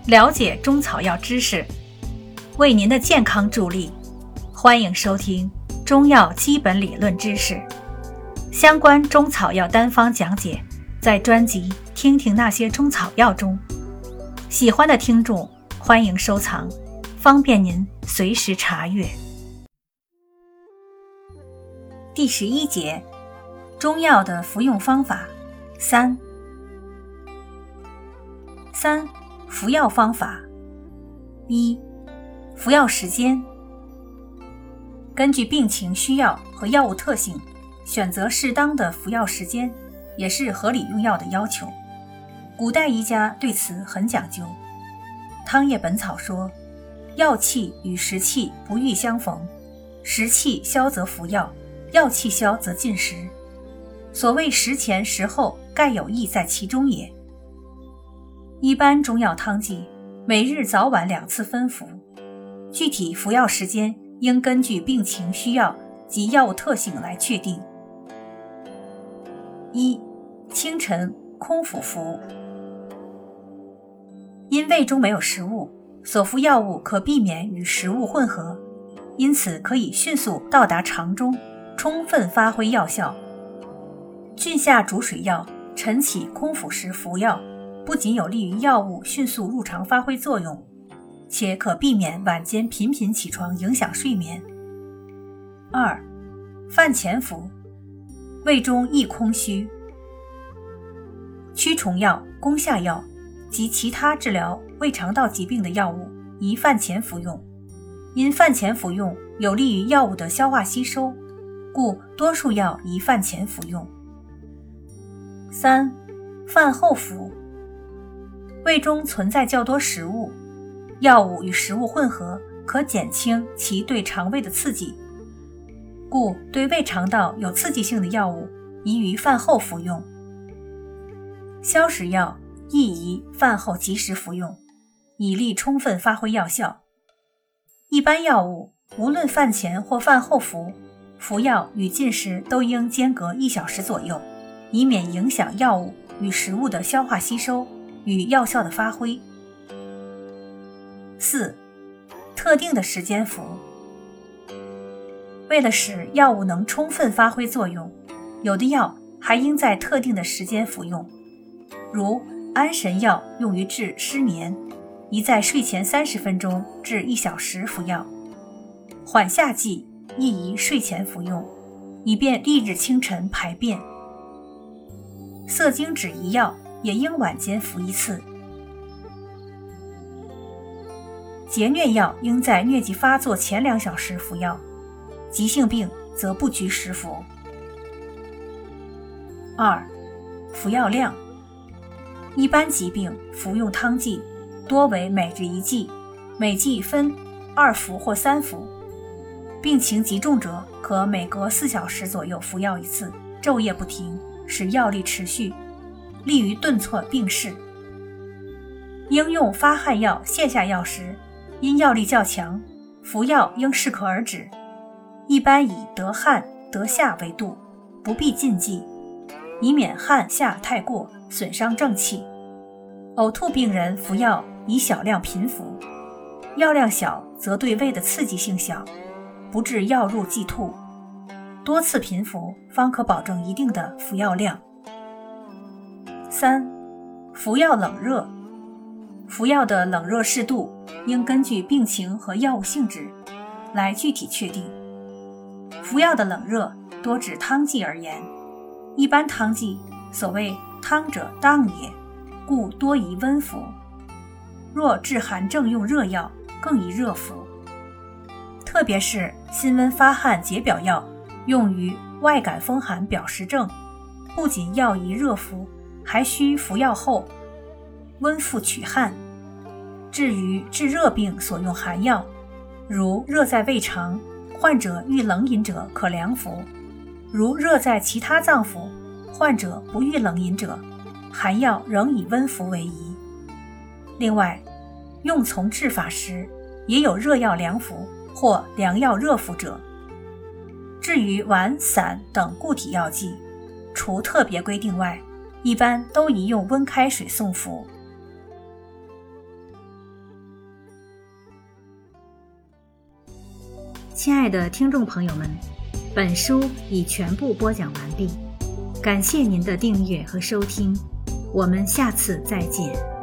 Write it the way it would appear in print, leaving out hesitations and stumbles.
了解中草药知识，为您的健康助力。欢迎收听中药基本理论知识，相关中草药单方讲解在专辑《听听那些中草药》中。喜欢的听众欢迎收藏，方便您随时查阅。第11节，中药的服用方法3。服药方法。1. 服药时间。根据病情需要和药物特性，选择适当的服药时间，也是合理用药的要求。古代医家对此很讲究。汤液本草说，药气与食气不欲相逢，食气消则服药，药气消则进食。所谓食前食后，盖有益在其中也。一般中药汤剂每日早晚2次分服，具体服药时间应根据病情需要及药物特性来确定。1. 清晨空腹服。因胃中没有食物，所服药物可避免与食物混合，因此可以迅速到达肠中，充分发挥药效。菌下煮水药，晨起空腹时服药，不仅有利于药物迅速入肠发挥作用，且可避免晚间频频起床影响睡眠。2. 饭前服。胃中易空虚，驱虫药、攻下药及其他治疗胃肠道疾病的药物宜饭前服用，因饭前服用有利于药物的消化吸收，故多数药宜饭前服用。3. 饭后服。胃中存在较多食物，药物与食物混合可减轻其对肠胃的刺激，故对胃肠道有刺激性的药物宜于饭后服用。消食药亦宜饭后及时服用，以利充分发挥药效。一般药物无论饭前或饭后服，服药与进食都应间隔1小时左右，以免影响药物与食物的消化吸收与药效的发挥。4. 特定的时间服。为了使药物能充分发挥作用，有的药还应在特定的时间服用，如安神药用于治失眠，宜在睡前30分钟至1小时服药。缓下剂亦宜睡前服用，以便翌日清晨排便。色精止遗药也应晚间服1次。结疟药应在疟疾发作前2小时服药，急性病则不拘时服。2. 服药量。一般疾病服用汤剂多为每日1剂，每剂分2服或3服。病情急重者可每隔4小时左右服药1次，昼夜不停，使药力持续，利于顿挫病势。应用发汗药、泻下药时，因药力较强，服药应适可而止，一般以得汗得下为度，不必禁忌，以免汗下太过损伤正气。呕吐病人服药以小量频服，药量小则对胃的刺激性小，不致药入即吐，多次频服方可保证一定的服药量。3. 服药冷热。服药的冷热适度应根据病情和药物性质来具体确定。服药的冷热多指汤剂而言，一般汤剂所谓汤者当也，故多宜温服。若治寒症用热药，更宜热服。特别是辛温发汗解表药用于外感风寒表实症，不仅药宜热服，还需服药后温敷取汗。至于治热病所用寒药，如热在胃肠，患者遇冷饮者可凉服；如热在其他脏腑，患者不遇冷饮者，寒药仍以温服为宜。另外，用从治法时也有热药凉服或凉药热服者。至于丸、散等固体药剂，除特别规定外，一般都宜用温开水送服。 亲爱的听众朋友们，本书已全部播讲完毕，感谢您的订阅和收听，我们下次再见。